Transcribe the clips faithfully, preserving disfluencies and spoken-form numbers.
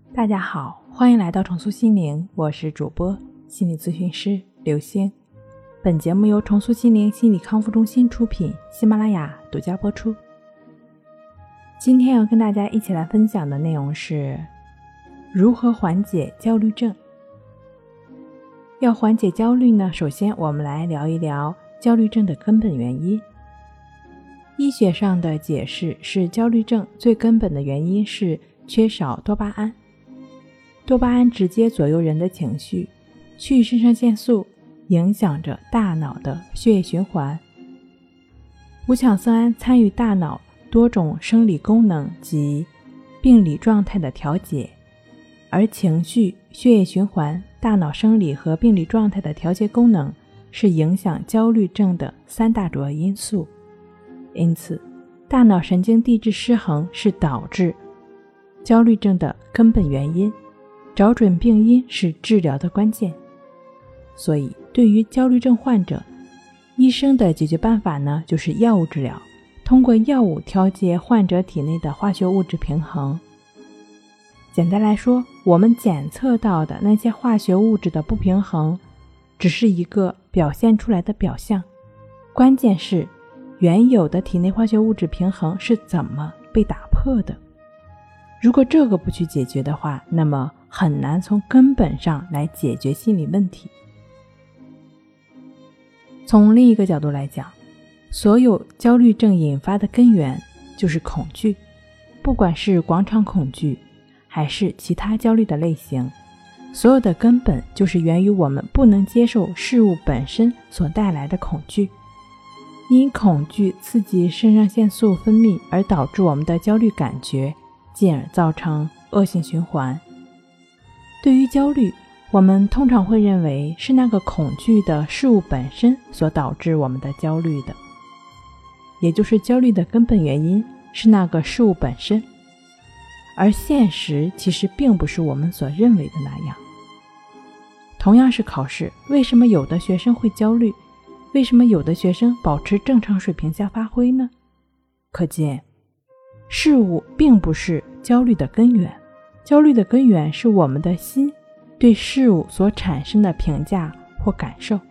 大家好，欢迎来到重塑心灵，我是主播心理咨询师刘星。本节目由重塑心灵心理康复中心出品，喜马拉雅独家播出。今天要跟大家一起来分享的内容是如何缓解焦虑症。要缓解焦虑呢，首先我们来聊一聊焦虑症的根本原因。医学上的解释是，焦虑症最根本的原因是缺少多巴胺。多巴胺直接左右人的情绪，去肾上腺素影响着大脑的血液循环。五羟色胺参与大脑多种生理功能及病理状态的调节，而情绪、血液循环、大脑生理和病理状态的调节功能是影响焦虑症的三大主要因素。因此，大脑神经递质失衡是导致焦虑症的根本原因，找准病因是治疗的关键。所以，对于焦虑症患者，医生的解决办法呢，就是药物治疗，通过药物调节患者体内的化学物质平衡。简单来说，我们检测到的那些化学物质的不平衡，只是一个表现出来的表象，关键是原有的体内化学物质平衡是怎么被打破的。如果这个不去解决的话，那么很难从根本上来解决心理问题。从另一个角度来讲，所有焦虑症引发的根源就是恐惧，不管是广场恐惧还是其他焦虑的类型，所有的根本就是源于我们不能接受事物本身所带来的恐惧。因恐惧刺激肾上腺素分泌而导致我们的焦虑感觉，进而造成恶性循环。对于焦虑，我们通常会认为是那个恐惧的事物本身所导致我们的焦虑的，也就是焦虑的根本原因是那个事物本身。而现实其实并不是我们所认为的那样。同样是考试，为什么有的学生会焦虑？为什么有的学生保持正常水平下发挥呢？可见，事物并不是焦虑的根源，焦虑的根源是我们的心对事物所产生的评价或感受。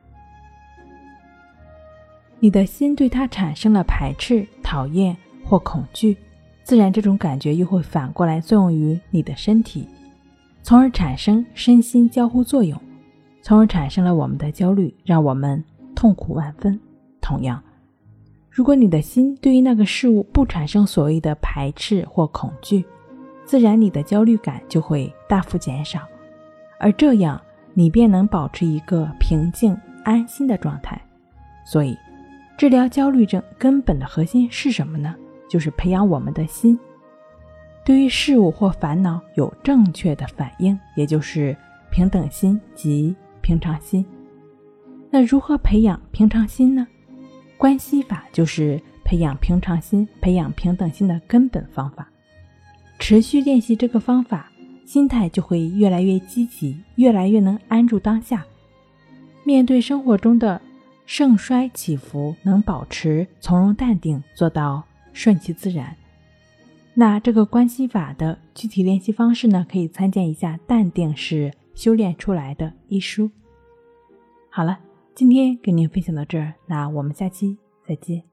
你的心对它产生了排斥、讨厌或恐惧，自然这种感觉又会反过来作用于你的身体，从而产生身心交互作用，从而产生了我们的焦虑，让我们痛苦万分。同样，如果你的心对于那个事物不产生所谓的排斥或恐惧，自然你的焦虑感就会大幅减少，而这样你便能保持一个平静安心的状态。所以，治疗焦虑症根本的核心是什么呢？就是培养我们的心对于事物或烦恼有正确的反应，也就是平等心及平常心。那如何培养平常心呢？关系法就是培养平常心、培养平等心的根本方法。持续练习这个方法，心态就会越来越积极，越来越能安住当下。面对生活中的盛衰起伏，能保持从容淡定，做到顺其自然。那这个关系法的具体练习方式呢，可以参见一下《淡定是修炼出来的》一书。好了，今天跟您分享到这儿，那我们下期再见。